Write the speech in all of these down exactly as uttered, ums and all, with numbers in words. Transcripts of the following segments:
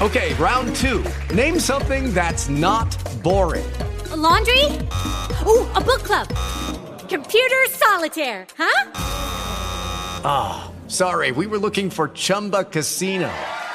Okay, round two. Name something that's not boring. A laundry? Ooh, a book club. Computer solitaire, huh? Ah, oh, sorry, we were looking for Chumba Casino.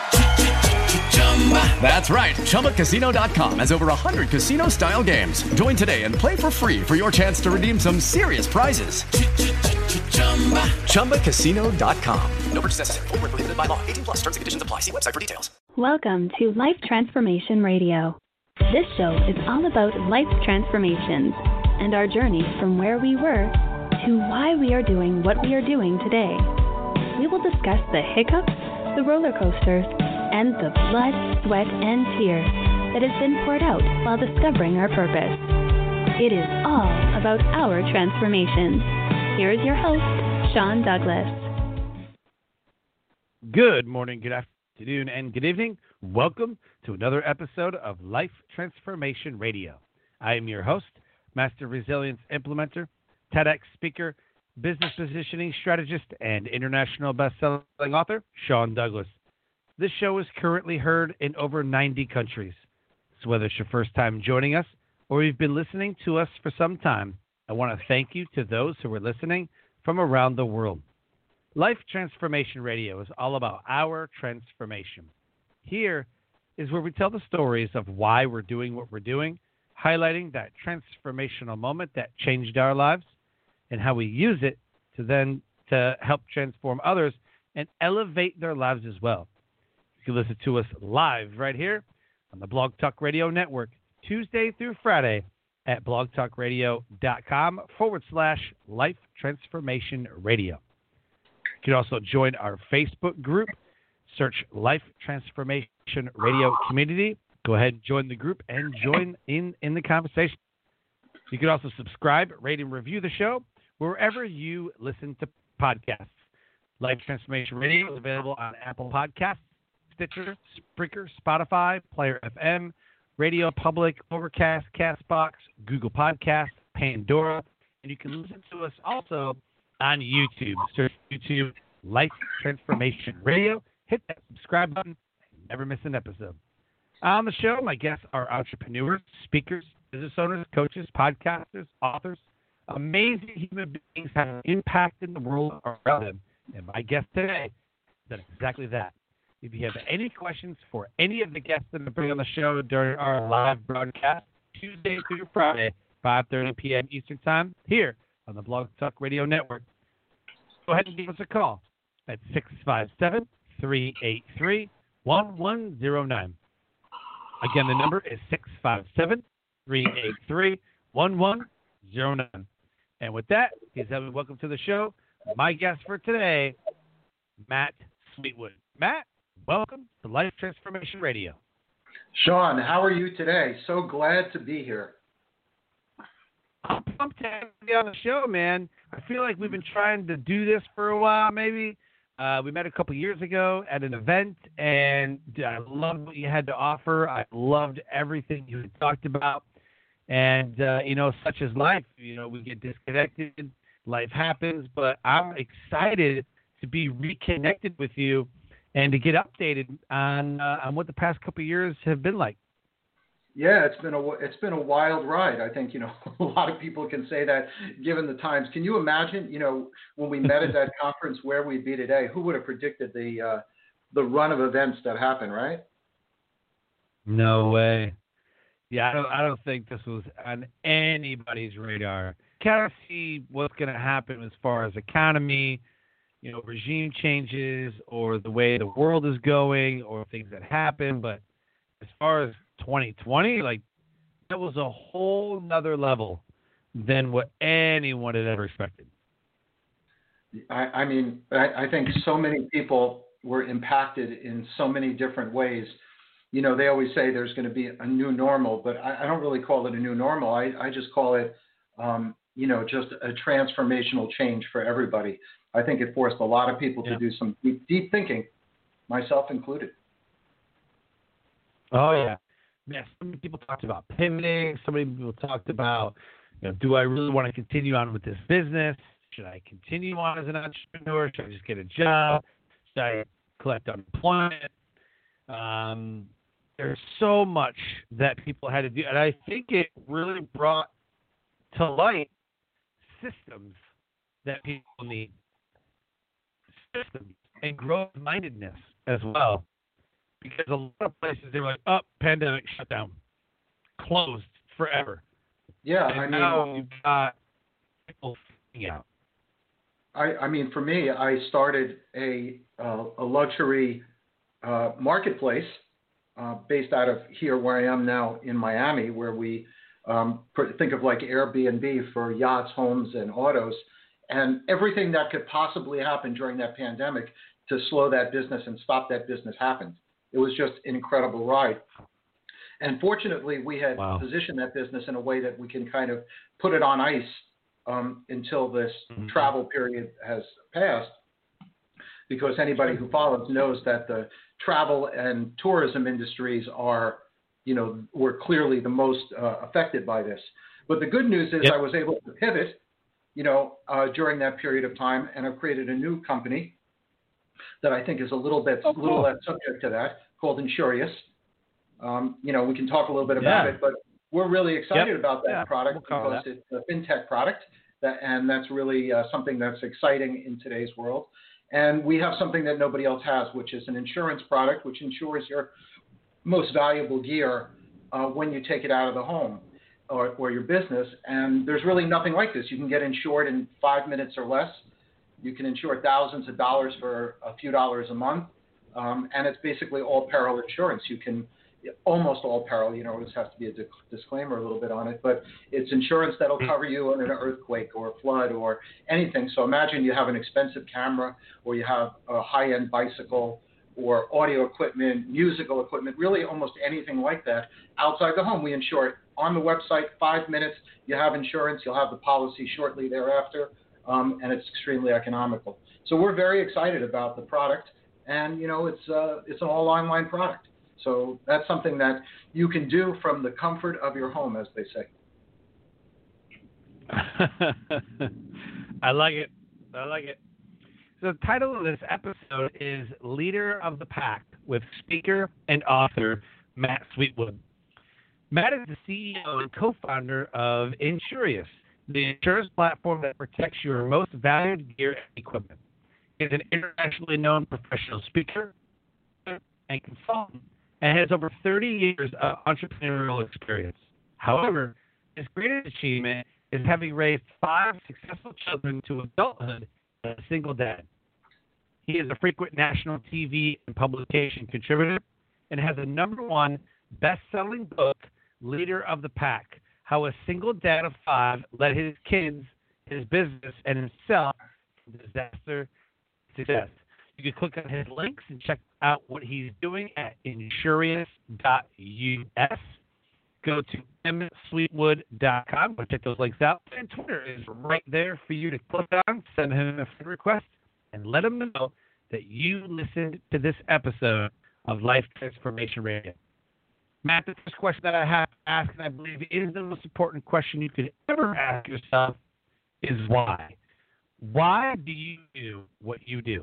That's right, Chumba Casino dot com has over one hundred casino-style games. Join today and play for free for your chance to redeem some serious prizes. Chumba Casino dot com. No purchase necessary. Void where prohibited by law. eighteen plus terms and conditions apply. See website for details. Welcome to Life Transformation Radio. This show is all about life transformations and our journey from where we were to why we are doing what we are doing today. We will discuss the hiccups, the roller coasters, and the blood, sweat, and tears that has been poured out while discovering our purpose. It is all about our transformations. Here is your host, Sean Douglas. Good morning, good afternoon, and good evening. Welcome to another episode of Life Transformation Radio. I am your host, Master Resilience Implementer, TEDx speaker, business positioning strategist, and international best-selling author, Sean Douglas. This show is currently heard in over ninety countries. So whether it's your first time joining us or you've been listening to us for some time, I want to thank you to those who are listening from around the world. Life Transformation Radio is all about our transformation. Here is where we tell the stories of why we're doing what we're doing, highlighting that transformational moment that changed our lives and how we use it to then to help transform others and elevate their lives as well. You can listen to us live right here on the Blog Talk Radio Network, Tuesday through Friday at blogtalkradio.com forward slash Life Transformation Radio. You can also join our Facebook group. Search Life Transformation Radio Community. Go ahead and join the group and join in, in the conversation. You can also subscribe, rate, and review the show wherever you listen to podcasts. Life Transformation Radio is available on Apple Podcasts, Stitcher, Spreaker, Spotify, Player F M, Radio Public, Overcast, Castbox, Google Podcasts, Pandora, and you can listen to us also on YouTube. Search YouTube Life Transformation Radio. Hit that subscribe button. Never miss an episode. On the show, my guests are entrepreneurs, speakers, business owners, coaches, podcasters, authors, amazing human beings have an impact in the world around them. And my guest today does exactly that. If you have any questions for any of the guests that are bringing on the show during our live broadcast, Tuesday through Friday, five thirty p.m. Eastern Time, here on the Blog Talk Radio Network, go ahead and give us a call at six five seven, three eight three, one one zero nine. Again, the number is six five seven, three eight three, one one zero nine. And with that, please have me welcome to the show my guest for today, Matt Sweetwood. Matt, welcome to Life Transformation Radio. Sean, how are you today? So glad to be here. I'm pumped to have you on the show, man. I feel like we've been trying to do this for a while, maybe. Uh, we met a couple years ago at an event, and I loved what you had to offer. I loved everything you had talked about. And, uh, you know, such is life. You know, we get disconnected. Life happens. But I'm excited to be reconnected with you and to get updated on uh, on what the past couple of years have been like. Yeah, it's been a it's been a wild ride. I think, you know, a lot of people can say that given the times. Can you imagine, you know, when we met at that conference where we'd be today? Who would have predicted the uh, the run of events that happened, right? No way. Yeah, I don't I don't think this was on anybody's radar. Kind of see what's going to happen as far as economy, you know, regime changes, or the way the world is going, or things that happen. But as far as twenty twenty, like, that was a whole nother level than what anyone had ever expected. I, I mean, I, I think so many people were impacted in so many different ways. You know, they always say there's going to be a new normal, but I, I don't really call it a new normal. I, I just call it, um, you know, just a transformational change for everybody. I think it forced a lot of people to yeah. do some deep, deep thinking, myself included. Oh, yeah. Yeah, so many people talked about pivoting. So many people talked about, you know, do I really want to continue on with this business? Should I continue on as an entrepreneur? Should I just get a job? Should I collect unemployment? Um, there's so much that people had to do. And I think it really brought to light systems that people need. Systems and growth-mindedness as well. Because a lot of places, they were like, oh, pandemic shutdown. Closed forever. Yeah, and I mean, now you've got people freaking out. I, I mean, for me, I started a uh, a luxury uh, marketplace uh, based out of here where I am now in Miami, where we um, think of like Airbnb for yachts, homes, and autos, and everything that could possibly happen during that pandemic to slow that business and stop that business happened. It was just an incredible ride. And fortunately, we had wow. positioned that business in a way that we can kind of put it on ice um, until this mm-hmm. travel period has passed, because anybody who follows knows that the travel and tourism industries are, you know, were clearly the most uh, affected by this. But the good news is yep. I was able to pivot, you know, uh, during that period of time, and I've created a new company that I think is a little bit, oh, cool. little less subject to that, called Insurious. Um, you know, we can talk a little bit about yeah. it, but we're really excited yep. about that yeah, product we'll because that. It's a fintech product, that, and that's really uh, something that's exciting in today's world. And we have something that nobody else has, which is an insurance product, which insures your most valuable gear uh, when you take it out of the home or, or your business. And there's really nothing like this. You can get insured in five minutes or less. You can insure thousands of dollars for a few dollars a month. Um, and it's basically all peril insurance. You can almost all peril, you know, this has to be a di- disclaimer a little bit on it, but it's insurance that'll cover you in an earthquake or a flood or anything. So imagine you have an expensive camera, or you have a high-end bicycle or audio equipment, musical equipment, really almost anything like that outside the home. We insure it on the website, five minutes, you have insurance, you'll have the policy shortly thereafter, um, and it's extremely economical. So we're very excited about the product, and, you know, it's uh, it's an all online product. So that's something that you can do from the comfort of your home, as they say. I like it. I like it. So the title of this episode is Leader of the Pack with speaker and author Matt Sweetwood. Matt is the C E O and co-founder of Insurious, the insurance platform that protects your most valued gear and equipment. He's an internationally known professional speaker and consultant, and has over thirty years of entrepreneurial experience. However, his greatest achievement is having raised five successful children to adulthood as a single dad. He is a frequent national T V and publication contributor and has a number one best-selling book, Leader of the Pack, How a Single Dad of Five Led His Kids, His Business, and Himself from Disaster to Success. You can click on his links and check out what he's doing at insurious dot U S. Go to m sweetwood dot com. Go check those links out. And Twitter is right there for you to click on, send him a friend request, and let him know that you listened to this episode of Life Transformation Radio. Matt, the first question that I have to ask, and I believe is the most important question you could ever ask yourself, is why? Why do you do what you do?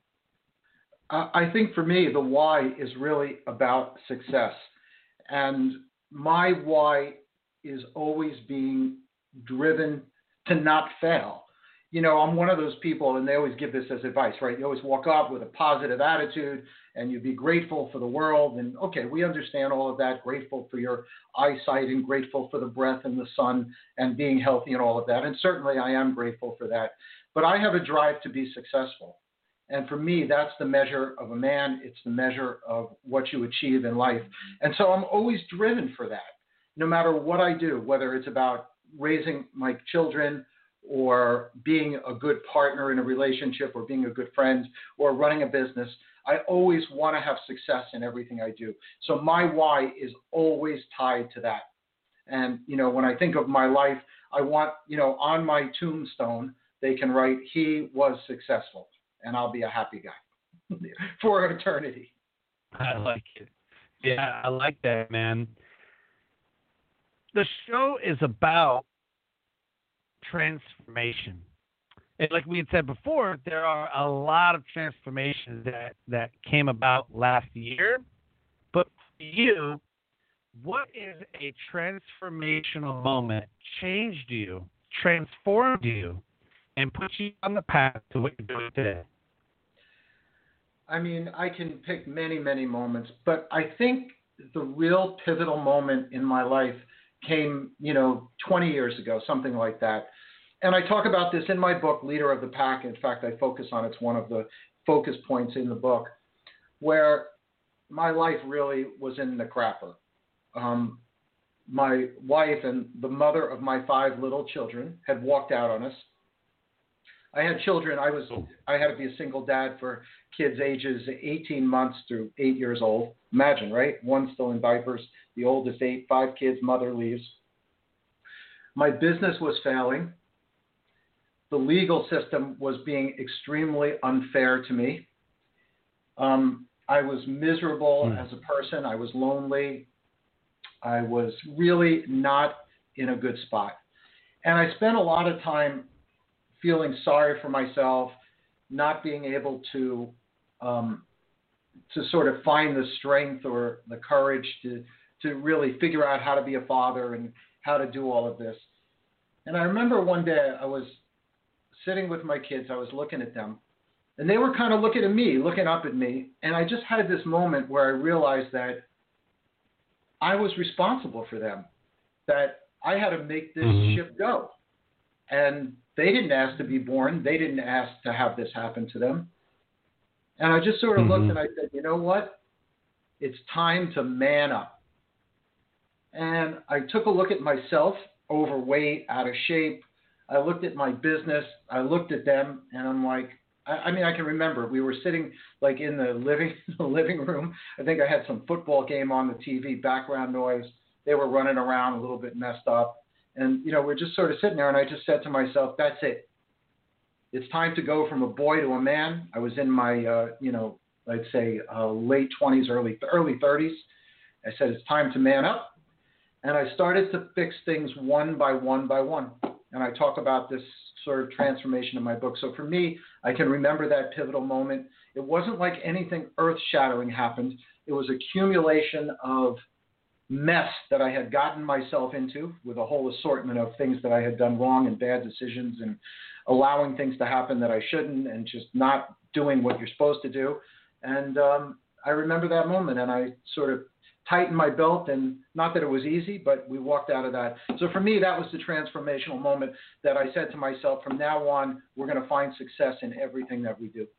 I think for me, the why is really about success. And my why is always being driven to not fail. You know, I'm one of those people, and they always give this as advice, right? You always walk up with a positive attitude, and you be grateful for the world. And, okay, we understand all of that, grateful for your eyesight and grateful for the breath and the sun and being healthy and all of that. And certainly I am grateful for that. But I have a drive to be successful. And for me, that's the measure of a man. It's the measure of what you achieve in life. And so I'm always driven for that, no matter what I do, whether it's about raising my children or being a good partner in a relationship or being a good friend or running a business. I always want to have success in everything I do. So my why is always tied to that. And, you know, when I think of my life, I want, you know, on my tombstone, they can write, he was successful. And I'll be a happy guy for eternity. I like it. Yeah, I like that, man. The show is about transformation. And like we had said before, there are a lot of transformations that, that came about last year. But you, what is a transformational moment changed you, transformed you, and put you on the path to what you're doing today? I mean, I can pick many, many moments, but I think the real pivotal moment in my life came, you know, twenty years ago, something like that. And I talk about this in my book, Leader of the Pack. In fact, I focus on it. It's one of the focus points in the book, where my life really was in the crapper. Um, my wife and the mother of my five little children had walked out on us. I had children. I was I had to be a single dad for kids ages eighteen months through eight years old. Imagine, right? One still in diapers, the oldest eight, five kids, mother leaves. My business was failing. The legal system was being extremely unfair to me. Um, I was miserable mm. as a person. I was lonely. I was really not in a good spot. And I spent a lot of time feeling sorry for myself, not being able to um, to sort of find the strength or the courage to to really figure out how to be a father and how to do all of this. And I remember one day I was sitting with my kids, I was looking at them, and they were kind of looking at me, looking up at me, and I just had this moment where I realized that I was responsible for them, that I had to make this mm-hmm. ship go. And they didn't ask to be born. They didn't ask to have this happen to them. And I just sort of mm-hmm. looked and I said, you know what? It's time to man up. And I took a look at myself, overweight, out of shape. I looked at my business. I looked at them, and I'm like, I, I mean, I can remember we were sitting like in the living the living room. I think I had some football game on the T V, background noise. They were running around a little bit messed up. And, you know, we're just sort of sitting there, and I just said to myself, that's it. It's time to go from a boy to a man. I was in my, uh, you know, I'd say uh, late twenties, early early thirties. I said, it's time to man up. And I started to fix things one by one by one. And I talk about this sort of transformation in my book. So for me, I can remember that pivotal moment. It wasn't like anything earth-shattering happened. It was accumulation of mess that I had gotten myself into with a whole assortment of things that I had done wrong and bad decisions and allowing things to happen that I shouldn't and just not doing what you're supposed to do. And um, I remember that moment, and I sort of tightened my belt, and not that it was easy, but we walked out of that. So for me, that was the transformational moment that I said to myself, from now on, we're going to find success in everything that we do.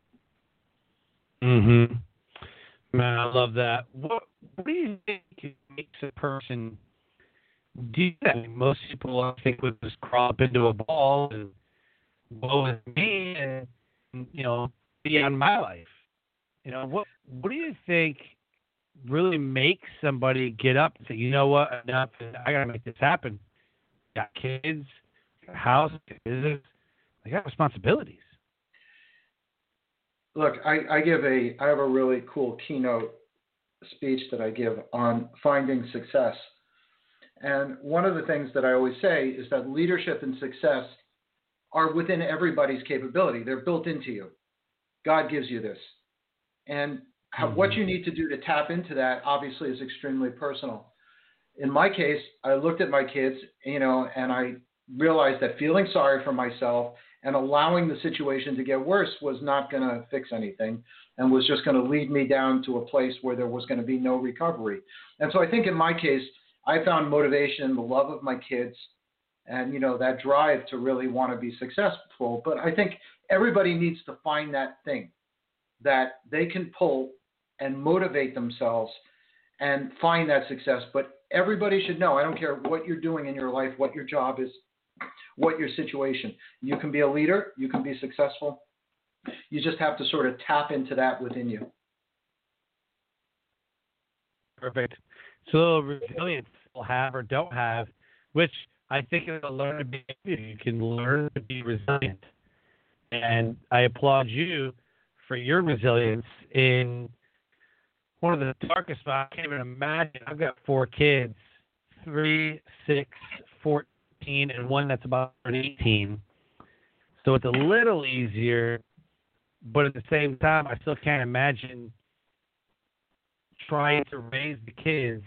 Mm-hmm. Man, I love that. What, what do you think makes a person do that? I mean, most people, I think, would just crawl up into a ball and woe is me and, you know, be on my life. You know, what what do you think really makes somebody get up and say, you know what, enough, I got to make this happen? I got kids, I got a house, I got business, I got responsibilities. Look, I, I give a, I have a really cool keynote speech that I give on finding success. And one of the things that I always say is that leadership and success are within everybody's capability. They're built into you. God gives you this. And how, mm-hmm. what you need to do to tap into that obviously is extremely personal. In my case, I looked at my kids, you know, and I realized that feeling sorry for myself and allowing the situation to get worse was not going to fix anything and was just going to lead me down to a place where there was going to be no recovery. And so I think in my case, I found motivation, the love of my kids, and, you know, that drive to really want to be successful. But I think everybody needs to find that thing that they can pull and motivate themselves and find that success. But everybody should know, I don't care what you're doing in your life, what your job is, what your situation. You can be a leader. You can be successful. You just have to sort of tap into that within you. Perfect. So resilience people have or don't have, which I think is a learn to be. You can learn to be resilient. And I applaud you for your resilience in one of the darkest spots. I can't even imagine. I've got four kids, three, six, fourteen, and one that's about eighteen. So it's a little easier, but at the same time, I still can't imagine trying to raise the kids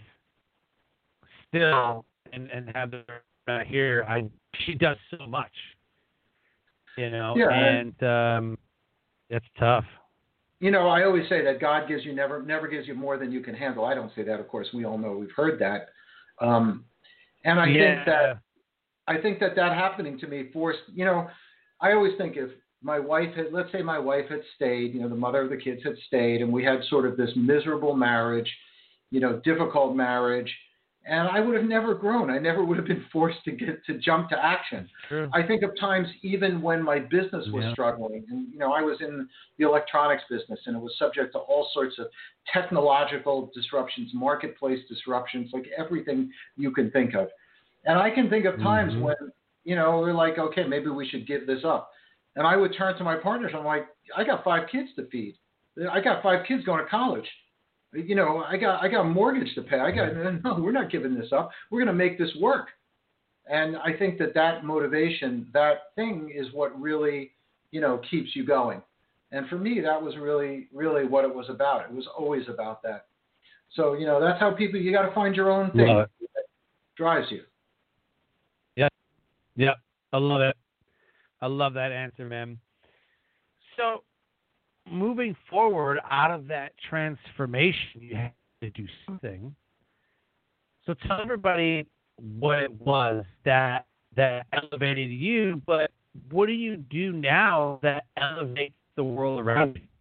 still and, and have them uh, here. I she does so much, you know, yeah, and um, it's tough. You know, I always say that God gives you never never gives you more than you can handle. I don't say that, of course. We all know, we've heard that, um, and I yeah. think that I think that that happening to me forced. You know, I always think if my wife had, let's say, my wife had stayed, you know, the mother of the kids had stayed, and we had sort of this miserable marriage, you know, difficult marriage. And I would have never grown. I never would have been forced to get to jump to action. True. I think of times even when my business was yeah. struggling, and you know, I was in the electronics business, and it was subject to all sorts of technological disruptions, marketplace disruptions, like everything you can think of. And I can think of times mm-hmm. when, you know, we're like, okay, maybe we should give this up. And I would turn to my partners. I'm like, I got five kids to feed. I got five kids going to college. You know, I got I got a mortgage to pay. I got no. We're not giving this up. We're going to make this work. And I think that that motivation, that thing, is what really, you know, keeps you going. And for me, that was really, really what it was about. It was always about that. So, you know, that's how people. You got to find your own thing that drives you. Yeah, yeah, I love it. I love that answer, man. So, moving forward out of that transformation, you had to do something. So tell everybody what it was that that elevated you, but what do you do now that elevates the world around you?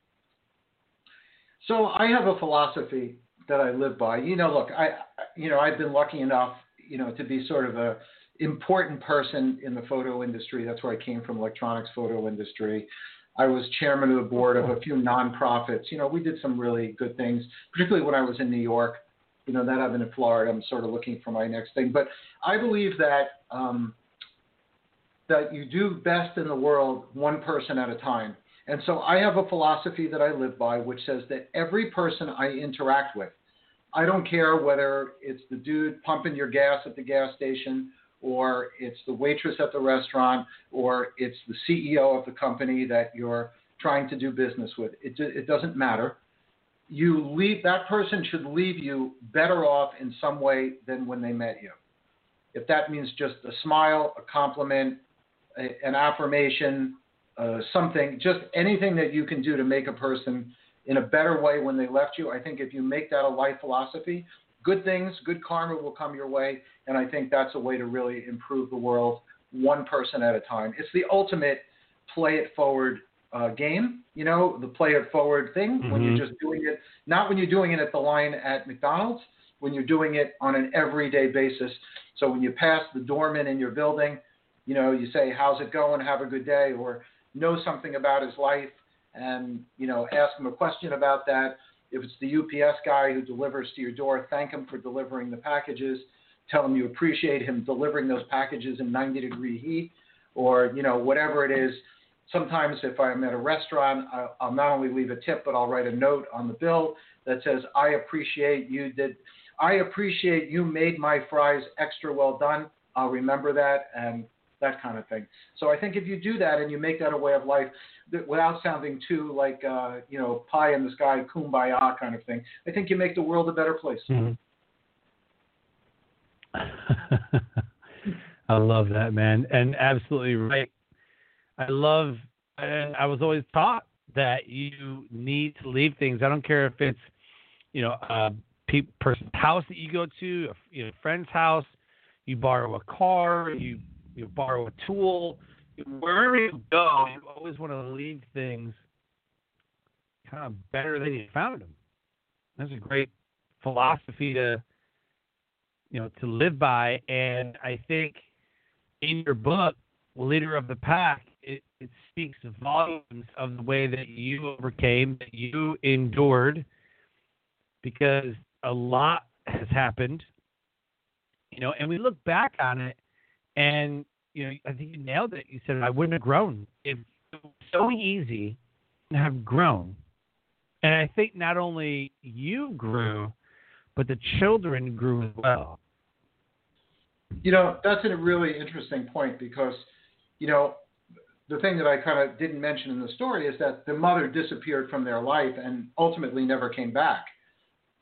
So I have a philosophy that I live by. You know, look, I, you know, I've been lucky enough, you know, to be sort of a important person in the photo industry. That's where I came from, electronics photo industry. I was chairman of the board of a few nonprofits. You know, we did some really good things, particularly when I was in New York. You know, that I've been in Florida. I'm sort of looking for my next thing. But I believe that um, that you do best in the world one person at a time. And so I have a philosophy that I live by, which says that every person I interact with, I don't care whether it's the dude pumping your gas at the gas station, or it's the waitress at the restaurant, or it's the C E O of the company that you're trying to do business with. It, it doesn't matter. You leave, that person should leave you better off in some way than when they met you. If that means just a smile, a compliment, a, an affirmation, uh, something, just anything that you can do to make a person in a better way when they left you. I think if you make that a life philosophy, good things, good karma will come your way, and I think that's a way to really improve the world one person at a time. It's the ultimate play it forward uh, game, you know, the play it forward thing, mm-hmm. when you're just doing it, not when you're doing it at the line at McDonald's, when you're doing it on an everyday basis. So when you pass the doorman in your building, you know, you say, how's it going? Have a good day, or know something about his life and, you know, ask him a question about that. If it's the U P S guy who delivers to your door, thank him for delivering the packages. Tell him you appreciate him delivering those packages in ninety degree heat, or, you know, whatever it is. Sometimes if I'm at a restaurant, I'll not only leave a tip, but I'll write a note on the bill that says, I appreciate you did, I appreciate you made my fries extra well done. I'll remember that, and that kind of thing. So I think if you do that and you make that a way of life, that without sounding too like, uh, you know, pie in the sky, kumbaya kind of thing, I think you make the world a better place. Mm-hmm. I love that, man. And absolutely right. I love, and I was always taught that you need to leave things. I don't care if it's, you know, a pe- person's house that you go to, a you know, friend's house, you borrow a car, you, you borrow a tool. Wherever you go, you always want to leave things kind of better than you found them. That's a great philosophy to, you know, to live by. And I think in your book, Leader of the Pack, it, it speaks volumes of the way that you overcame, that you endured, because a lot has happened, you know, and we look back on it and, you know, I think you nailed it. You said, I wouldn't have grown. If it was so easy to have grown. And I think not only you grew, but the children grew as well. You know, that's a really interesting point because, you know, the thing that I kind of didn't mention in the story is that the mother disappeared from their life and ultimately never came back.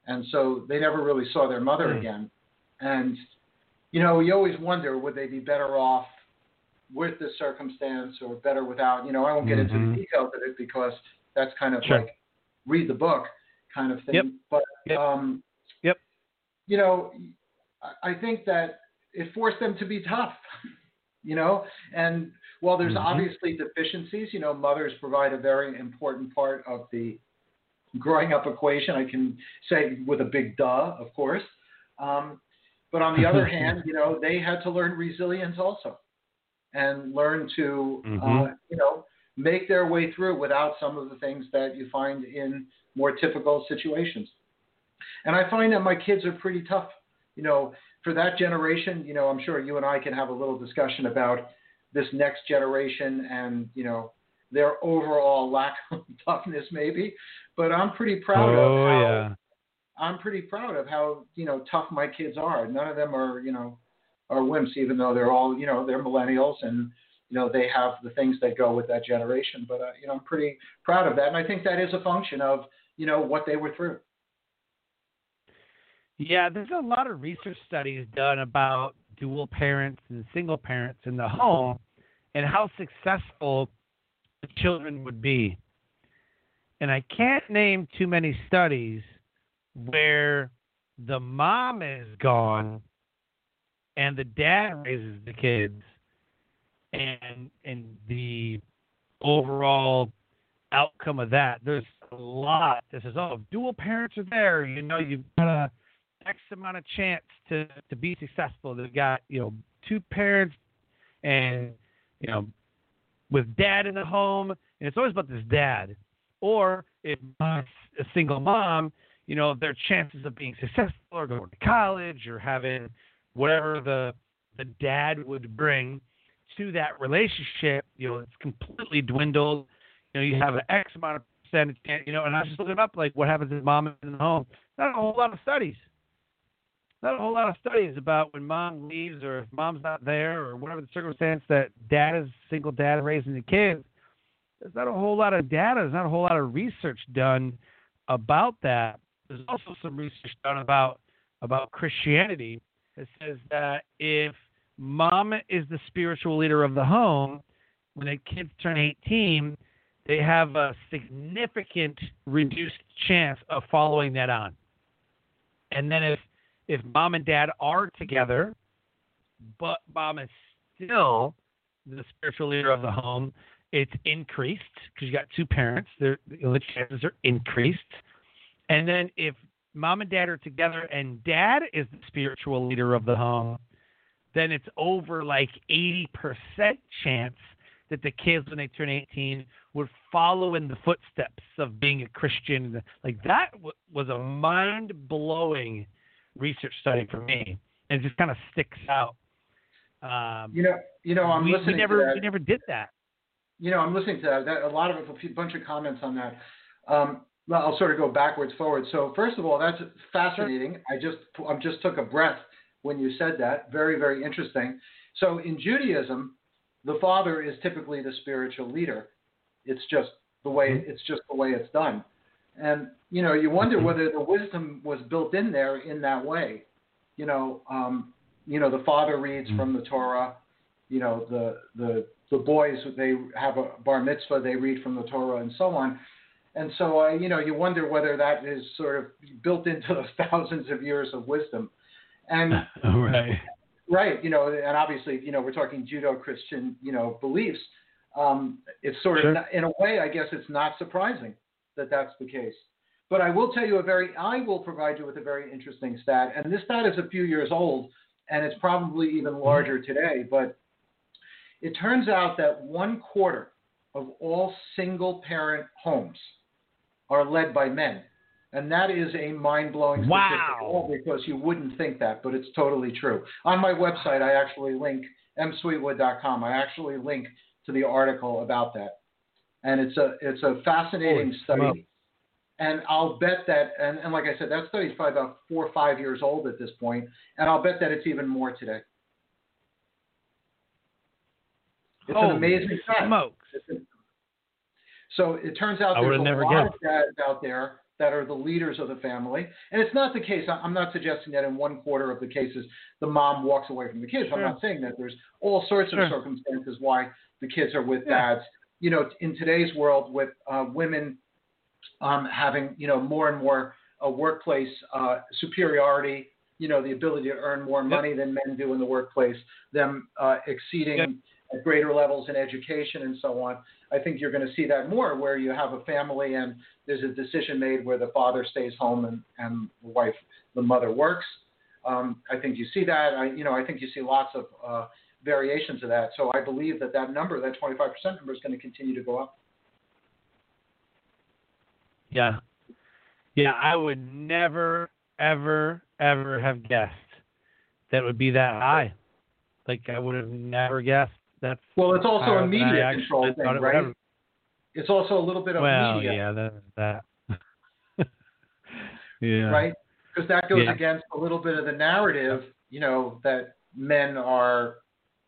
And so they never really saw their mother mm. again. And, you know, you always wonder, would they be better off with the circumstance or better without? You know, I won't get mm-hmm. into the details of it because that's kind of sure. like read the book kind of thing. Yep. But, yep. Um, yep. you know, I think that it forced them to be tough, you know, and while there's mm-hmm. obviously deficiencies, you know, mothers provide a very important part of the growing up equation. I can say with a big duh, of course. Um, but on the other hand, you know, they had to learn resilience also and learn to, mm-hmm. uh, you know, make their way through without some of the things that you find in more typical situations. And I find that my kids are pretty tough. You know, for that generation, you know, I'm sure you and I can have a little discussion about this next generation and, you know, their overall lack of toughness maybe. But I'm pretty proud oh, of how yeah. I'm pretty proud of how, you know, tough my kids are. None of them are, you know, are wimps, even though they're all, you know, they're millennials and, you know, they have the things that go with that generation. But, uh, you know, I'm pretty proud of that. And I think that is a function of, you know, what they were through. Yeah, there's a lot of research studies done about dual parents and single parents in the home and how successful the children would be. And I can't name too many studies where the mom is gone and the dad raises the kids and and the overall outcome of that. There's a lot that says, oh, if dual parents are there, you know, you've got a X amount of chance to, to be successful. They've got, you know, two parents and, you know, with dad in the home, and it's always about this dad. Or if mom's a single mom, you know, their chances of being successful or going to college or having whatever the the dad would bring to that relationship, you know, it's completely dwindled. You know, you have an X amount of percentage, you know, and I was just looking up, like, what happens if mom is in the home. Not a whole lot of studies. Not a whole lot of studies about when mom leaves or if mom's not there or whatever the circumstance that dad is single dad raising the kids. There's not a whole lot of data. There's not a whole lot of research done about that. There's also some research done about about Christianity that says that if mom is the spiritual leader of the home, when the kids turn eighteen, they have a significant reduced chance of following that on. And then if If mom and dad are together, but mom is still the spiritual leader of the home, it's increased because you got two parents. You know, the chances are increased. And then if mom and dad are together and dad is the spiritual leader of the home, then it's over like eighty percent chance that the kids, when they turn eighteen, would follow in the footsteps of being a Christian. Like that w- was a mind-blowing research study for me, and it just kind of sticks out. Um, you know, you know, I'm we, listening we never, to that. We never did that. You know, I'm listening to that. that a lot of a few, bunch of comments on that. Um, well, I'll sort of go backwards, forward. So first of all, that's fascinating. I just, I just took a breath when you said that. Very, very interesting. So in Judaism, the father is typically the spiritual leader. It's just the way, mm-hmm. it's just the way it's done. And, you know, you wonder whether the wisdom was built in there in that way. You know, um, you know, the father reads from the Torah. You know, the, the, the boys, they have a bar mitzvah, they read from the Torah and so on. And so, uh, you know, you wonder whether that is sort of built into those thousands of years of wisdom. And, right. right, you know, and obviously, you know, we're talking Judeo-Christian, you know, beliefs. Um, it's sort sure. of, not, in a way, I guess it's not surprising that that's the case. But I will tell you a very, I will provide you with a very interesting stat. And this stat is a few years old, and it's probably even larger today. But it turns out that one quarter of all single-parent homes are led by men. And that is a mind-blowing statistic. Wow. Because you wouldn't think that, but it's totally true. On my website, I actually link, m sweetwood dot com. I actually link to the article about that. And it's a it's a fascinating Holy study. smoke. And I'll bet that, and, and like I said, that study is probably about four or five years old at this point, and I'll bet that it's even more today. It's Holy an amazing fact. smokes. So it turns out I there's a never lot guessed. of dads out there that are the leaders of the family. And it's not the case. I'm not suggesting that in one quarter of the cases the mom walks away from the kids. Sure. I'm not saying that. There's all sorts of sure. circumstances why the kids are with yeah. dads. You know, in today's world with uh, women um, having, you know, more and more uh, workplace uh, superiority, you know, the ability to earn more money yep. than men do in the workplace, them uh, exceeding yep. at greater levels in education and so on. I think you're going to see that more where you have a family and there's a decision made where the father stays home and, and the wife, the mother works. Um, I think you see that. I, you know, I think you see lots of uh, variations of that. So I believe that that number, that twenty-five percent number, is going to continue to go up. Yeah. Yeah, I would never, ever, ever have guessed that would be that high. Like, I would have never guessed. That's well, it's also a media control thing, it right? It's also a little bit of well, media. yeah, that. that. yeah. Right? Because that goes yeah. against a little bit of the narrative, you know, that men are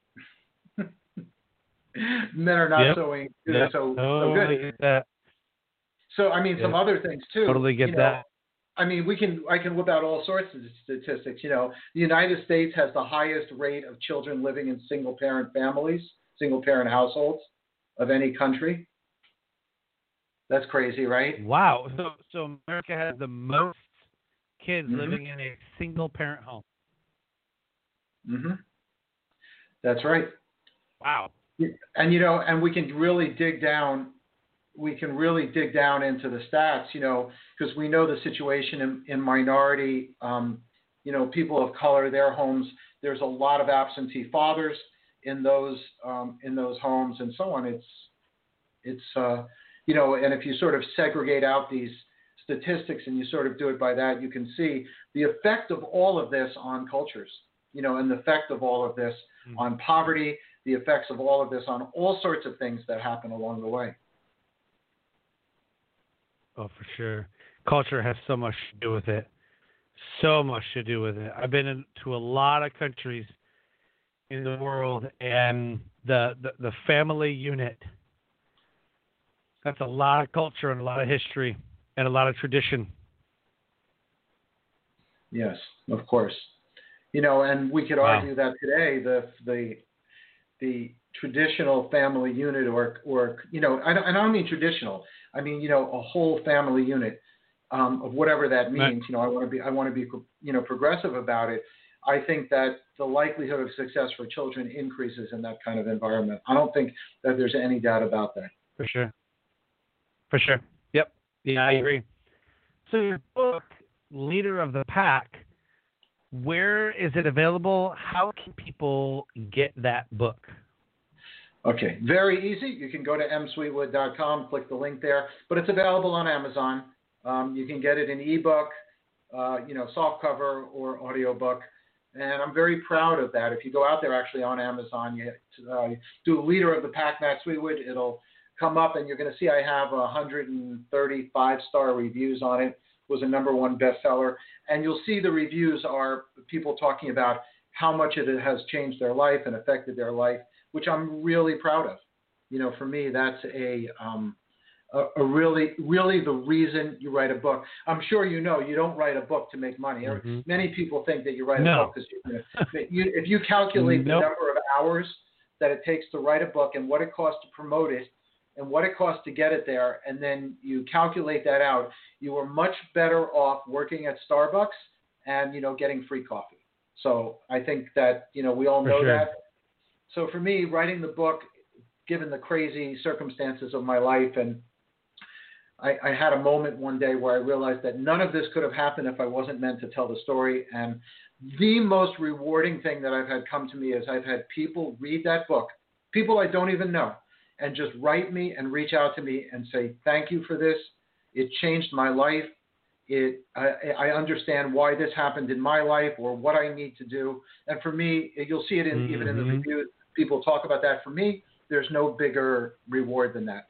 men are not yep. so yep. so, oh, so good. That. So I mean, yep. some other things too. Totally get you know, that. I mean, we can I can whip out all sorts of statistics. You know, the United States has the highest rate of children living in single-parent families, single-parent households of any country. That's crazy, right? Wow. So, so America has the most kids mm-hmm. living in a single-parent home. Mm-hmm. That's right. Wow. And you know, and we can really dig down. We can really dig down into the stats, you know, because we know the situation in, in minority, um, you know, people of color, their homes. There's a lot of absentee fathers in those um, in those homes, and so on. It's it's uh, you know, and if you sort of segregate out these statistics and you sort of do it by that, you can see the effect of all of this on cultures, you know, and the effect of all of this mm-hmm. on poverty, the effects of all of this on all sorts of things that happen along the way. Oh, for sure. Culture has so much to do with it. So much to do with it. I've been into a lot of countries in the world, and the, the, the family unit, that's a lot of culture and a lot of history and a lot of tradition. Yes, of course. You know, and we could wow. argue that today the the the traditional family unit, or or you know, I don't, I don't mean traditional. I mean, you know, a whole family unit um, of whatever that means. Right. You know, I want to be I want to be you know progressive about it. I think that the likelihood of success for children increases in that kind of environment. I don't think that there's any doubt about that. For sure. For sure. Yep. Yeah, I agree. So your book, Leader of the Pack, where is it available? How can people get that book? Okay, very easy. You can go to m sweetwood dot com, click the link there, but it's available on Amazon. Um, you can get it in ebook, uh, you know, softcover or audiobook, and I'm very proud of that. If you go out there actually on Amazon, you uh, do Leader of the Pack, Matt Sweetwood, it'll come up, and you're going to see I have one hundred thirty-five star reviews on it. It was a number one bestseller, and you'll see the reviews are people talking about how much it has changed their life and affected their life, which I'm really proud of. You know, for me, that's a, um, a, a really, really the reason you write a book. I'm sure you know you don't write a book to make money. Mm-hmm. Many people think that you write no. a book because you, you, if you calculate nope. the number of hours that it takes to write a book and what it costs to promote it and what it costs to get it there, and then you calculate that out, you are much better off working at Starbucks and, you know, getting free coffee. So I think that, you know, we all For know sure. that. So for me, writing the book, given the crazy circumstances of my life, and I, I had a moment one day where I realized that none of this could have happened if I wasn't meant to tell the story. And the most rewarding thing that I've had come to me is I've had people read that book, people I don't even know, and just write me and reach out to me and say, thank you for this. It changed my life. It, I, I understand why this happened in my life or what I need to do. And for me, you'll see it in, mm-hmm. even in the reviews. People talk about that. For me, there's no bigger reward than that.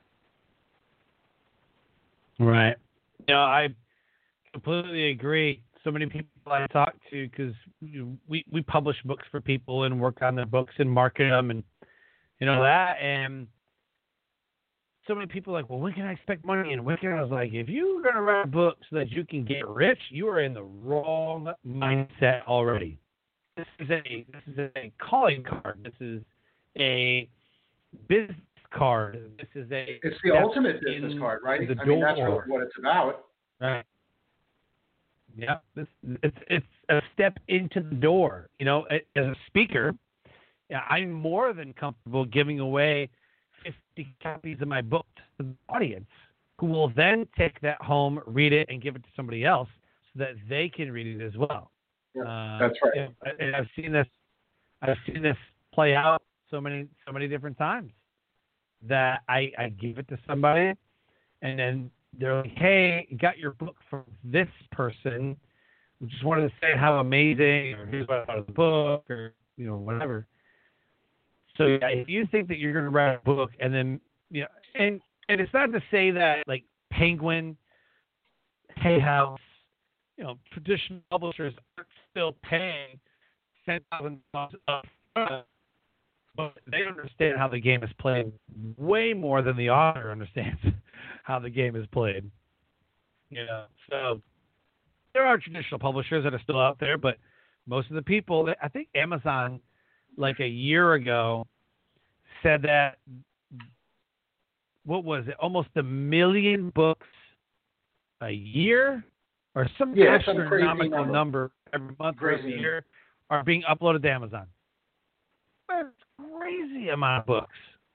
Right. You know, I completely agree. So many people I talk to, because we, we publish books for people and work on their books and market them and, you know, that. And so many people are like, well, when can I expect money? And when can I was like, if you're going to write a book so that you can get rich, you are in the wrong mindset already. This is a this is a calling card. This is a business card. This is a it's the ultimate business card, right? I mean, that's really what it's about. Right. Yeah. This it's it's a step into the door. You know, as a speaker, yeah, I'm more than comfortable giving away fifty copies of my book to the audience, who will then take that home, read it, and give it to somebody else so that they can read it as well. Yeah, uh, that's right. And, and I've seen this, I've seen this play out so many, so many different times that I, I give it to somebody, and then they're like, "Hey, got your book from this person. We just wanted to say how amazing, or here's what I thought of the book, or you know, whatever." So yeah, if you think that you're going to write a book, and then you know, and and it's not to say that like Penguin, Hay House, you know, traditional publishers aren't still paying ten thousand dollars up front, but they understand how the game is played way more than the author understands how the game is played. You know, so there are traditional publishers that are still out there, but most of the people, I think Amazon, like a year ago, said that, what was it, almost a million books a year, or some yeah, astronomical some number. number every month or every year are being uploaded to Amazon. That's a crazy amount of books.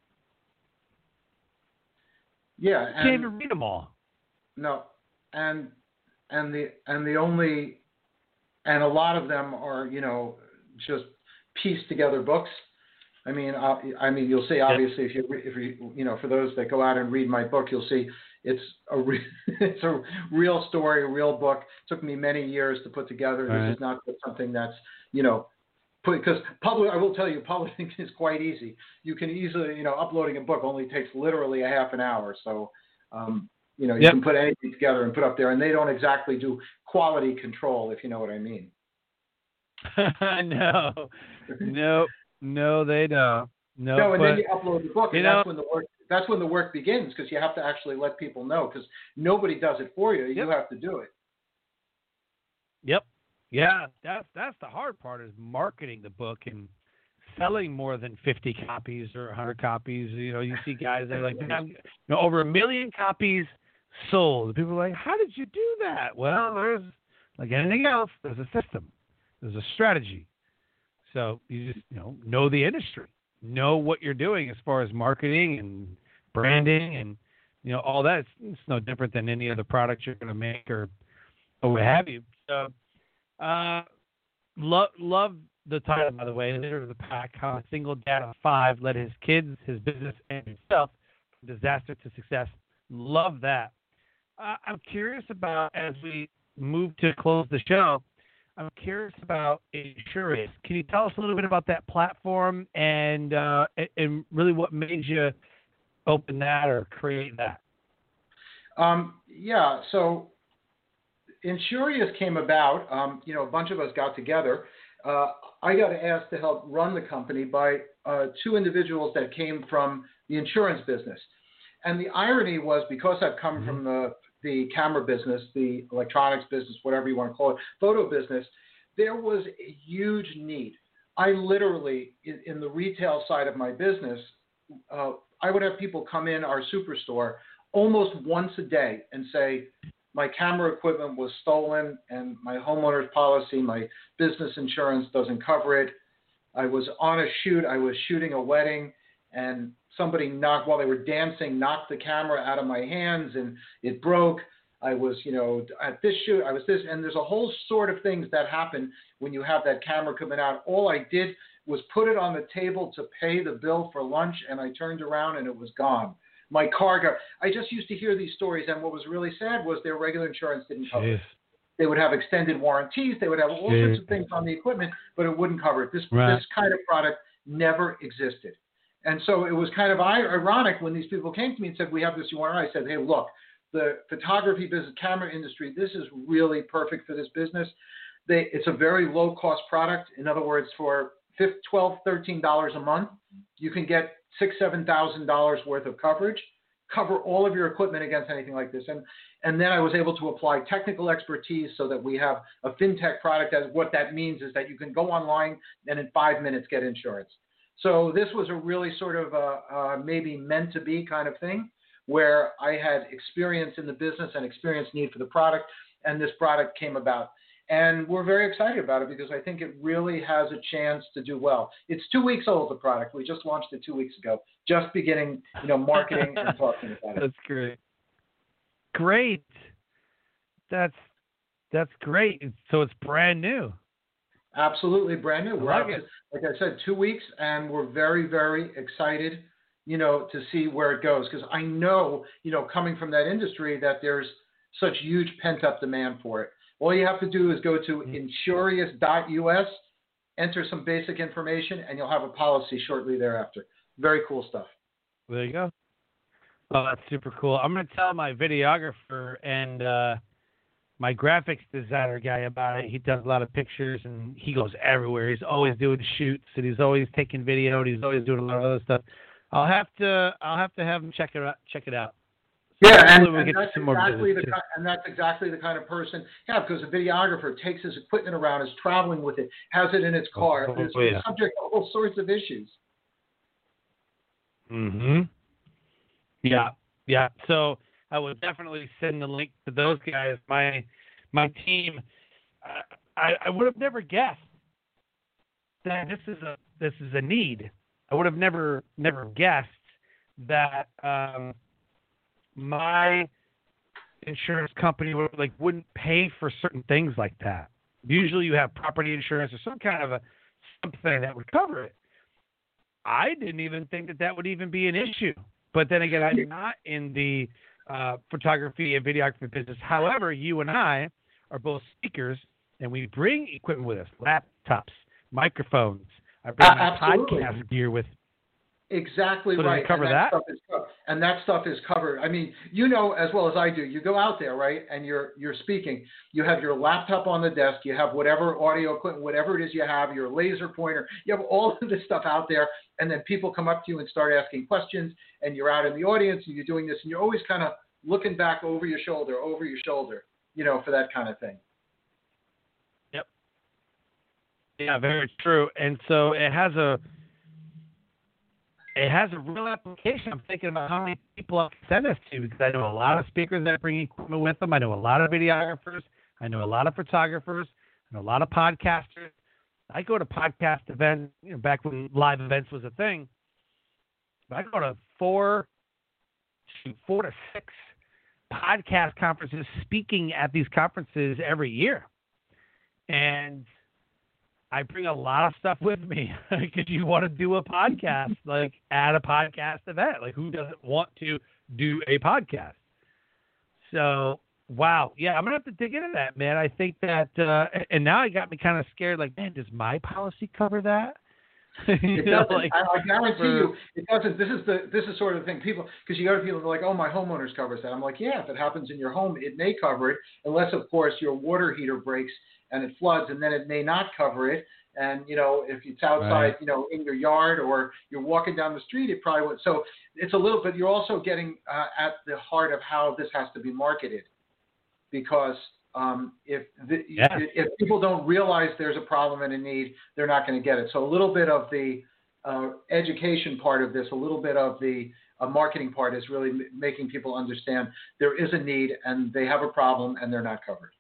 Yeah, you can't even read them all. No, and and the and the only and a lot of them are, you know, just pieced together books. I mean, uh, I mean, you'll see obviously if you if you you know, for those that go out and read my book, you'll see it's a re- it's a real story, a real book. It took me many years to put together. All this right. is not something that's, you know, put, because public. I will tell you, publishing is quite easy. You can easily, you know, uploading a book only takes literally a half an hour. So, um, you know, you yep. can put anything together and put up there, and they don't exactly do quality control, if you know what I mean. no, no, no, they don't. No, no, and but, then you upload the book, and know, that's when the work. That's when the work begins, because you have to actually let people know, because nobody does it for you. Yep. You have to do it. Yep. Yeah, that's that's the hard part, is marketing the book and selling more than fifty copies or one hundred copies. You know, you see guys that are like, you know, over a million copies sold. People are like, how did you do that? Well, there's, like anything else, there's a system. There's a strategy. So you just, you know, know the industry. Know what you're doing as far as marketing and branding and, you know, all that. It's, it's no different than any other product you're going to make or, or what have you. So, uh, love, love the title, by the way, Leader of the Pack, how a single dad of five led his kids, his business, and himself from disaster to success. Love that. Uh, I'm curious about, as we move to close the show, I'm curious about Insurious. Can you tell us a little bit about that platform and uh, and really what made you open that or create that? Um, yeah, so Insurious came about. Um, you know, a bunch of us got together. Uh, I got asked to help run the company by uh, two individuals that came from the insurance business. And the irony was, because I've come mm-hmm. from the the camera business, the electronics business, whatever you want to call it, photo business, there was a huge need. I literally, in, in the retail side of my business, uh, I would have people come in our superstore almost once a day and say, my camera equipment was stolen and my homeowner's policy, my business insurance doesn't cover it. I was on a shoot, I was shooting a wedding, and somebody knocked, while they were dancing, knocked the camera out of my hands and it broke. I was, you know, at this shoot, I was this, and there's a whole sort of things that happen when you have that camera coming out. All I did was put it on the table to pay the bill for lunch, and I turned around and it was gone. My car got, I just used to hear these stories, and what was really sad was their regular insurance didn't cover it. They would have extended warranties, they would have all Jeez. sorts of things on the equipment, but it wouldn't cover it. This, right. this kind of product never existed. And so it was kind of ironic when these people came to me and said, we have this, you want it? I said, hey, look, the photography business, camera industry, this is really perfect for this business. They, it's a very low-cost product. In other words, for twelve dollars, thirteen dollars a month, you can get six thousand dollars, seven thousand dollars worth of coverage cover all of your equipment against anything like this. And and then I was able to apply technical expertise so that we have a fintech product. As what that means is that you can go online and in five minutes get insurance. So this was a really sort of a, a maybe meant to be kind of thing, where I had experience in the business and experience need for the product, and this product came about. And we're very excited about it because I think it really has a chance to do well. It's two weeks old, the product. We just launched it two weeks ago, just beginning, you know, marketing and talking about it. That's great. Great. That's that's great. So it's brand new. Absolutely brand new. We're I like out it. to, like I said, two weeks, and we're very, very excited, you know, to see where it goes. Because I know, you know, coming from that industry, that there's such huge pent-up demand for it. All you have to do is go to mm-hmm. insurious dot U S, enter some basic information, and you'll have a policy shortly thereafter. Very cool stuff. There you go. Oh, that's super cool. I'm going to tell my videographer and uh, my graphics designer guy about it. He does a lot of pictures, and he goes everywhere. He's always doing shoots, and he's always taking video, and he's always doing a lot of other stuff. I'll have to I'll have to have him check it out. Check it out. Yeah, and, and, that's exactly the, and that's exactly the kind of person, yeah, because a videographer takes his equipment around, is traveling with it, has it in its car, oh, is oh, yeah. subject to all sorts of issues. Mm-hmm. Yeah, yeah. So I would definitely send the link to those guys. My my team, I, I would have never guessed that this is a this is a need. I would have never never guessed that um, my insurance company would, like wouldn't pay for certain things like that. Usually, you have property insurance or some kind of a something that would cover it. I didn't even think that that would even be an issue. But then again, I'm not in the uh, photography and videography business. However, you and I are both speakers, and we bring equipment with us: laptops, microphones. I bring uh, my absolutely. podcast gear with. Exactly so right. Does it cover and that, that? Stuff is covered. And that stuff is covered. I mean, you know as well as I do. You go out there, right, and you're you're speaking. You have your laptop on the desk. You have whatever audio equipment, whatever it is you have, your laser pointer. You have all of this stuff out there, and then people come up to you and start asking questions, and you're out in the audience, and you're doing this, and you're always kind of looking back over your shoulder, over your shoulder, you know, for that kind of thing. Yep. Yeah, very true. And so it has a It has a real application. I'm thinking about how many people I can send this to, because I know a lot of speakers that bring equipment with them. I know a lot of videographers. I know a lot of photographers. I know a lot of podcasters. I go to podcast events, you know, back when live events was a thing. I go to four, four to six podcast conferences, speaking at these conferences every year. And I bring a lot of stuff with me because you want to do a podcast, like at a podcast event. Like, who doesn't want to do a podcast? So, wow. Yeah, I'm going to have to dig into that, man. I think that, uh, and now it got me kind of scared. Like, man, does my policy cover that? It doesn't. Like, I, I guarantee for, you, it doesn't. This is the this is sort of the thing. People, because you got people who are like, oh, my homeowners covers that. I'm like, yeah, if it happens in your home, it may cover it, unless, of course, your water heater breaks and it floods, and then it may not cover it. And, you know, if it's outside, right. you know, in your yard, or you're walking down the street, it probably would. So it's a little bit, you're also getting uh, at the heart of how this has to be marketed. Because um, if the, yeah. if people don't realize there's a problem and a need, they're not going to get it. So a little bit of the uh, education part of this, a little bit of the uh, marketing part is really m- making people understand there is a need and they have a problem and they're not covered.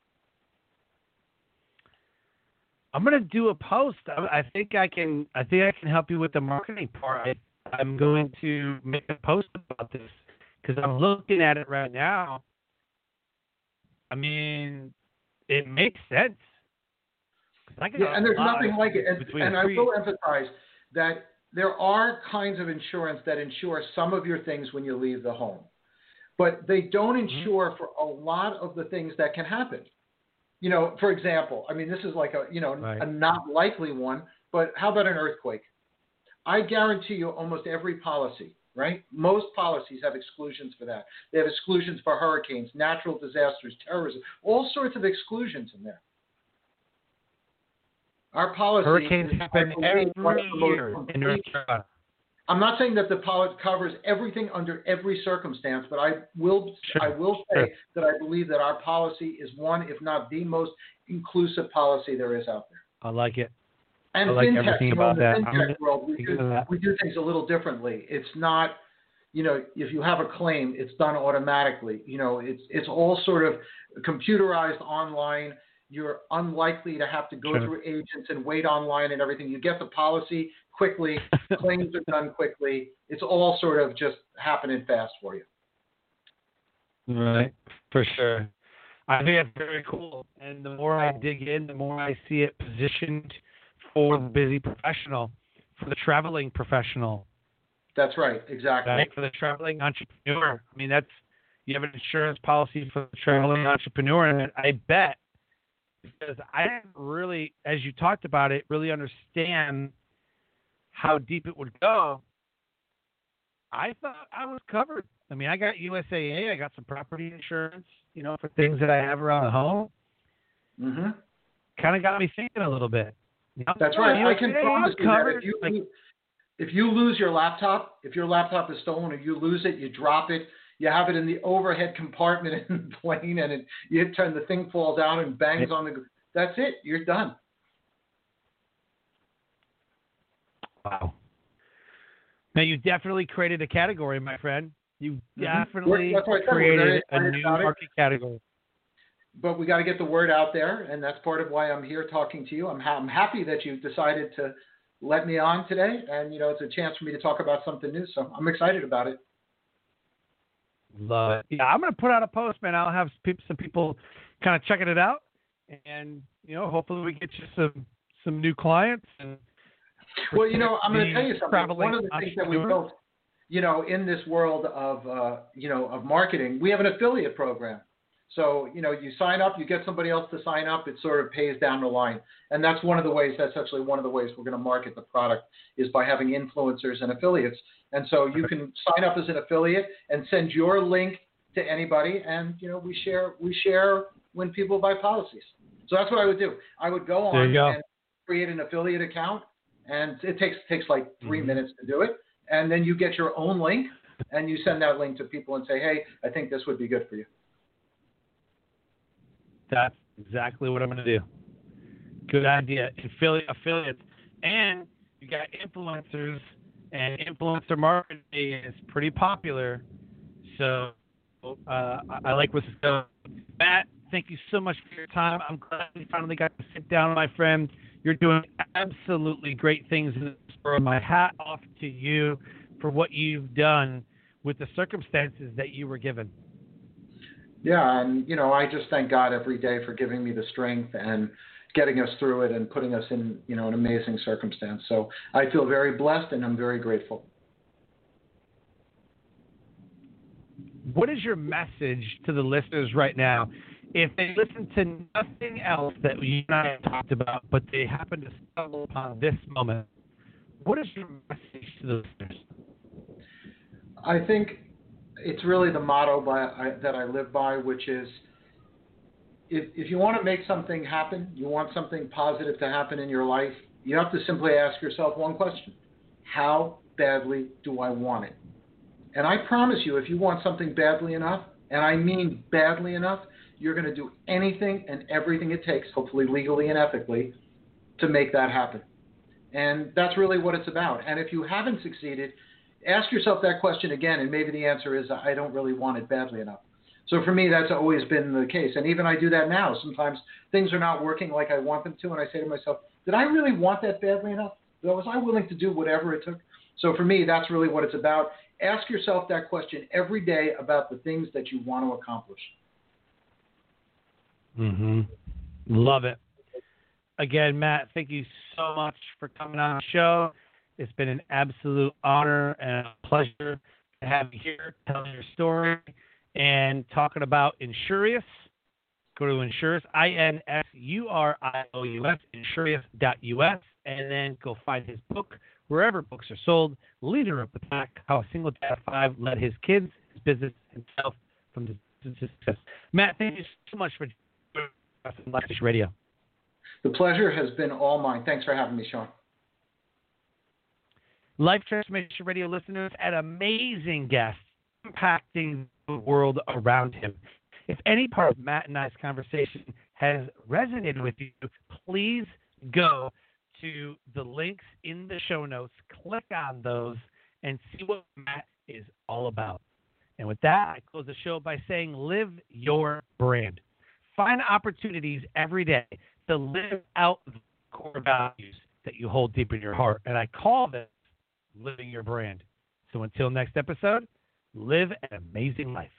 I'm gonna do a post. I, I think I can. I think I can help you with the marketing part. I, I'm going to make a post about this because I'm looking at it right now. I mean, it makes sense. Yeah, and there's nothing like it. And, and I will emphasize that there are kinds of insurance that insure some of your things when you leave the home, but they don't insure mm-hmm. for a lot of the things that can happen. You know, for example, I mean, this is like a, you know, right. a not likely one, but how about an earthquake? I guarantee you almost every policy, right? Most policies have exclusions for that. They have exclusions for hurricanes, natural disasters, terrorism, all sorts of exclusions in there. Our policy Hurricanes is, happen every year in North Carolina. I'm not saying that the policy covers everything under every circumstance, but I will Sure. I will say Sure. that I believe that our policy is one, if not the most inclusive policy there is out there. I like it. And I like fintech, everything you know, about in the that. I'm fintech gonna world, we think do, of that. we do things a little differently. It's not, you know, if you have a claim, it's done automatically. You know, it's it's all sort of computerized online. You're unlikely to have to go Sure. through agents and wait online and everything. You get the policy quickly. Claims are done quickly. It's all sort of just happening fast for you. Right, for sure. I think that's very cool. And the more I dig in, the more I see it positioned for the busy professional, for the traveling professional, That's right. Exactly. right? For the traveling entrepreneur. I mean, that's you have an insurance policy for the traveling entrepreneur, and I bet because I didn't really, as you talked about it, really understand how deep it would go. I thought I was covered. I mean, I got U S A A, I got some property insurance, you know, for things that I have around the home. Mm-hmm. Kind of got me thinking a little bit. You know, That's right. I can U S A A, promise I'm you that covered. if you Like, if you lose your laptop, if your laptop is stolen or you lose it, you drop it, you have it in the overhead compartment in the plane, and it, you turn the thing falls out and bangs Yeah. on the. That's it. You're done. wow. Now you definitely created a category, my friend. You Mhm. definitely That's what I said. We're very created a excited new about it. market category. But we got to get the word out there, and that's part of why I'm here talking to you. I'm, ha- I'm happy that you decided to let me on today, and you know it's a chance for me to talk about something new. So I'm excited about it. Love it. Yeah, I'm going to put out a post, man. I'll have pe- some people kind of checking it out, and you know, hopefully we get you some some new clients. And Well, you know, I'm going to the tell you something. traveling One of the things that we entrepreneur. built, you know, in this world of, uh, you know, of marketing, we have an affiliate program. So, you know, you sign up, you get somebody else to sign up, it sort of pays down the line. And that's one of the ways, that's actually one of the ways we're going to market the product is by having influencers and affiliates. And so you can sign up as an affiliate and send your link to anybody. And, you know, we share, we share when people buy policies. So that's what I would do. I would go There on you go. and create an affiliate account. And it takes takes like three Mm-hmm. minutes to do it. And then you get your own link and you send that link to people and say, hey, I think this would be good for you. That's exactly what I'm going to do. Good idea. Affiliate, affiliates. And you got influencers, and influencer marketing is pretty popular. So uh, I, I like what's going. Matt, thank you so much for your time. I'm glad we finally got to sit down, my friend. You're doing absolutely great things in this world. My hat off to you for what you've done with the circumstances that you were given. Yeah, and, you know, I just thank God every day for giving me the strength and getting us through it and putting us in, you know, an amazing circumstance. So I feel very blessed and I'm very grateful. What is your message to the listeners right now? If they listen to nothing else that you and I have talked about, but they happen to stumble upon this moment, what is your message to the listeners? I think it's really the motto by, I, that I live by, which is if, if you want to make something happen, you want something positive to happen in your life, you have to simply ask yourself one question. How badly do I want it? And I promise you, if you want something badly enough, and I mean badly enough, you're going to do anything and everything it takes, hopefully legally and ethically, to make that happen. And that's really what it's about. And if you haven't succeeded, ask yourself that question again, and maybe the answer is I don't really want it badly enough. So for me, that's always been the case. And even I do that now. Sometimes things are not working like I want them to, and I say to myself, did I really want that badly enough? Was I willing to do whatever it took? So for me, that's really what it's about. Ask yourself that question every day about the things that you want to accomplish. Mm-hmm. Love it. Again, Matt, thank you so much for coming on the show. It's been an absolute honor and a pleasure to have you here telling your story and talking about Insurious. Go to Insurious, I N S U R I O U S, insurious dot U S, and then go find his book wherever books are sold, Leader of the Pack, How a Single Dad of Five Led His Kids, His Business, Himself from Success. Matt, thank you so much for joining us on Life Radio. The pleasure has been all mine. Thanks for having me, Sean. Life Transformation Radio listeners and amazing guests impacting the world around him. If any part of Matt and I's conversation has resonated with you, please go to the links in the show notes, click on those, and see what Matt is all about. And with that, I close the show by saying live your brand. Find opportunities every day to live out the core values that you hold deep in your heart. And I call this living your brand. So until next episode, live an amazing life.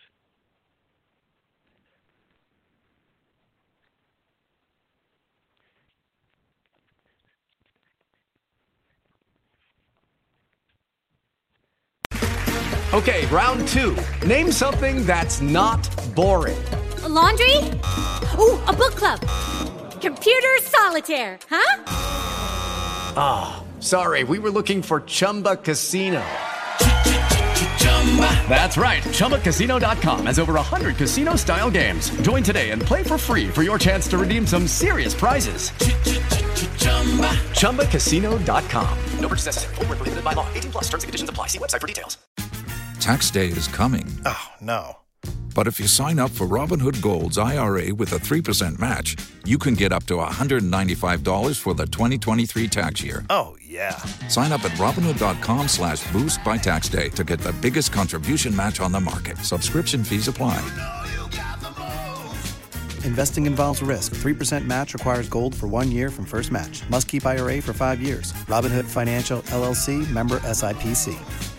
Okay, round two. Name something that's not boring. A laundry? Ooh, a book club. Computer solitaire, huh? Ah, oh, sorry, we were looking for Chumba Casino. That's right, Chumba Casino dot com has over one hundred casino-style games. Join today and play for free for your chance to redeem some serious prizes. Chumba Casino dot com. No purchase necessary. Void where prohibited by law. eighteen plus. Terms and conditions apply. See website for details. Tax day is coming. Oh, no. But if you sign up for Robinhood Gold's I R A with a three percent match, you can get up to one hundred ninety-five dollars for the twenty twenty-three tax year. Oh, yeah. Sign up at Robinhood.com slash boost by tax day to get the biggest contribution match on the market. Subscription fees apply. Investing involves risk. three percent match requires gold for one year from first match. Must keep I R A for five years. Robinhood Financial, L L C, member S I P C.